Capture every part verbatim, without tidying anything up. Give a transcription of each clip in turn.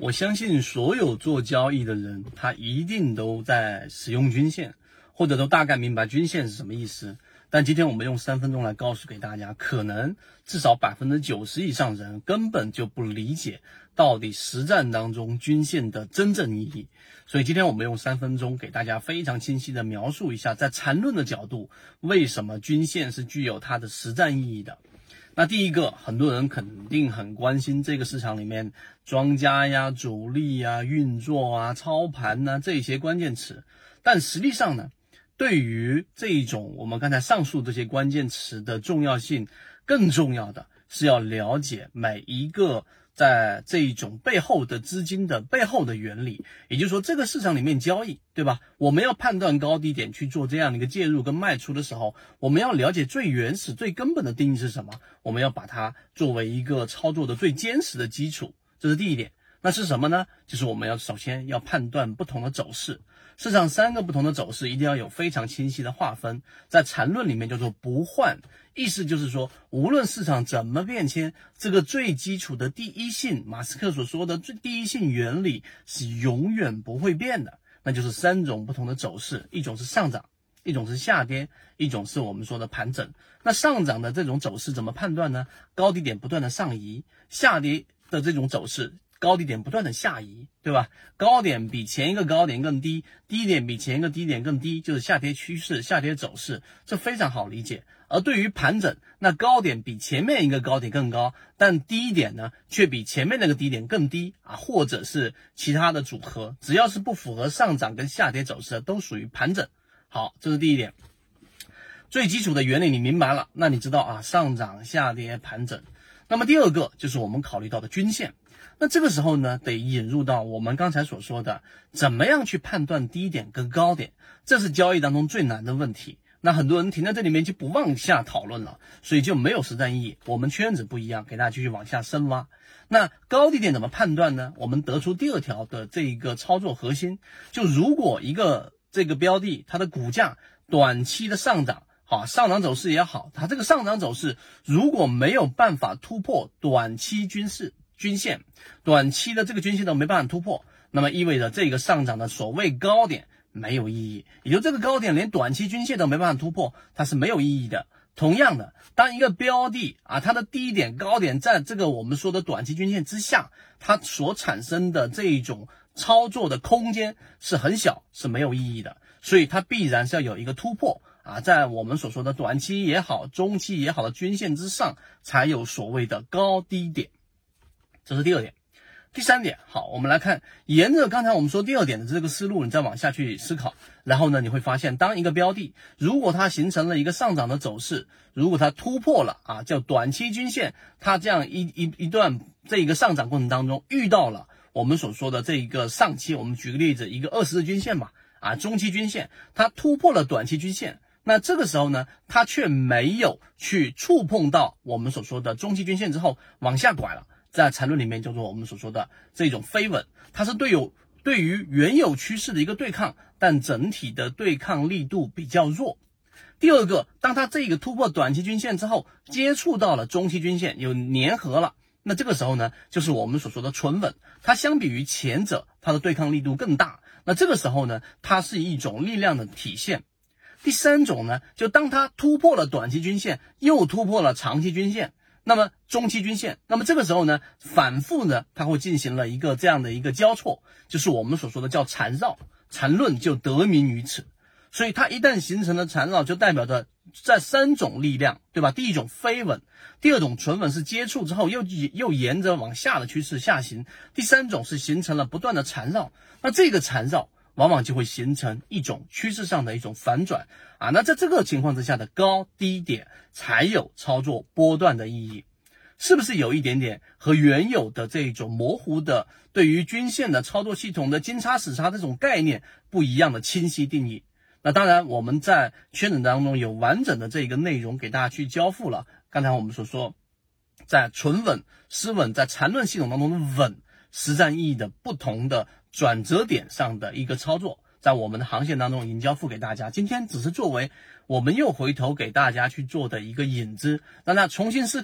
我相信所有做交易的人，他一定都在使用均线，或者都大概明白均线是什么意思。但今天我们用三分钟来告诉给大家，可能至少百分之九十以上人根本就不理解到底实战当中均线的真正意义。所以今天我们用三分钟给大家非常清晰的描述一下，在缠论的角度，为什么均线是具有它的实战意义的。那第一个，很多人肯定很关心这个市场里面庄家呀、主力呀、运作啊、操盘呐、啊、这些关键词，但实际上呢，对于这种我们刚才上述这些关键词的重要性，更重要的是要了解每一个在这一种背后的资金的背后的原理，也就是说这个市场里面交易，对吧？我们要判断高低点去做这样的一个介入跟卖出的时候，我们要了解最原始最根本的定义是什么，我们要把它作为一个操作的最坚实的基础，这是第一点。那是什么呢？就是我们要首先要判断不同的走势，市场三个不同的走势一定要有非常清晰的划分，在缠论里面叫做不换，意思就是说无论市场怎么变迁，这个最基础的第一性，马斯克所说的最第一性原理是永远不会变的，那就是三种不同的走势，一种是上涨，一种是下跌，一种是我们说的盘整。那上涨的这种走势怎么判断呢？高低点不断的上移，下跌的这种走势高低点不断的下移，对吧？高点比前一个高点更低，低点比前一个低点更低，就是下跌趋势、下跌走势，这非常好理解。而对于盘整，那高点比前面一个高点更高，但低点呢却比前面那个低点更低啊，或者是其他的组合，只要是不符合上涨跟下跌走势的，都属于盘整。好，这是第一点。最基础的原理你明白了，那你知道啊，上涨、下跌、盘整。那么第二个就是我们考虑到的均线。那这个时候呢，得引入到我们刚才所说的，怎么样去判断低点跟高点，这是交易当中最难的问题。那很多人停在这里面就不往下讨论了，所以就没有实战意义。我们圈子不一样，给大家继续往下深挖。那高低点怎么判断呢？我们得出第二条的这一个操作核心，就如果一个这个标的它的股价短期的上涨，好，上涨走势也好，它这个上涨走势如果没有办法突破短期均势均线，短期的这个均线都没办法突破，那么意味着这个上涨的所谓高点没有意义，也就这个高点连短期均线都没办法突破，它是没有意义的。同样的，当一个标的啊，它的低点高点在这个我们说的短期均线之下，它所产生的这一种操作的空间是很小，是没有意义的，所以它必然是要有一个突破啊，在我们所说的短期也好，中期也好的均线之上，才有所谓的高低点。这是第二点。第三点，好，我们来看，沿着刚才我们说第二点的这个思路，你再往下去思考，然后呢，你会发现，当一个标的如果它形成了一个上涨的走势，如果它突破了啊，叫短期均线，它这样一一一段这一个上涨过程当中遇到了我们所说的这一个上期，我们举个例子，一个二十日均线吧，啊，中期均线，它突破了短期均线。那这个时候呢，它却没有去触碰到我们所说的中期均线之后往下拐了，在缠论里面叫做我们所说的这种飞稳，它是对有对于原有趋势的一个对抗，但整体的对抗力度比较弱。第二个，当它这个突破短期均线之后，接触到了中期均线，有粘合了，那这个时候呢，就是我们所说的纯稳，它相比于前者，它的对抗力度更大。那这个时候呢，它是一种力量的体现。第三种呢，就当它突破了短期均线，又突破了长期均线，那么中期均线，那么这个时候呢，反复呢，它会进行了一个这样的一个交错，就是我们所说的叫缠绕，缠论就得名于此。所以它一旦形成了缠绕，就代表着这三种力量，对吧？第一种飞稳，第二种纯稳是接触之后又又沿着往下的趋势下行，第三种是形成了不断的缠绕，那这个缠绕往往就会形成一种趋势上的一种反转啊，那在这个情况之下的高低点才有操作波段的意义，是不是有一点点和原有的这种模糊的对于均线的操作系统的金叉死叉这种概念不一样的清晰定义？那当然我们在圈子当中有完整的这个内容给大家去交付了，刚才我们所说在纯稳、失稳，在缠论系统当中的稳实战意义的不同的转折点上的一个操作，在我们的航线当中已经交付给大家，今天只是作为我们又回头给大家去做的一个引子，让大家重新思考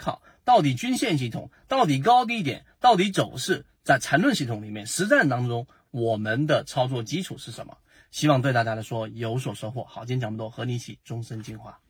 到底均线系统，到底高低点，到底走势，在缠论系统里面，实战当中我们的操作基础是什么？希望对大家来说有所收获。好，今天讲不多，和你一起终身进化。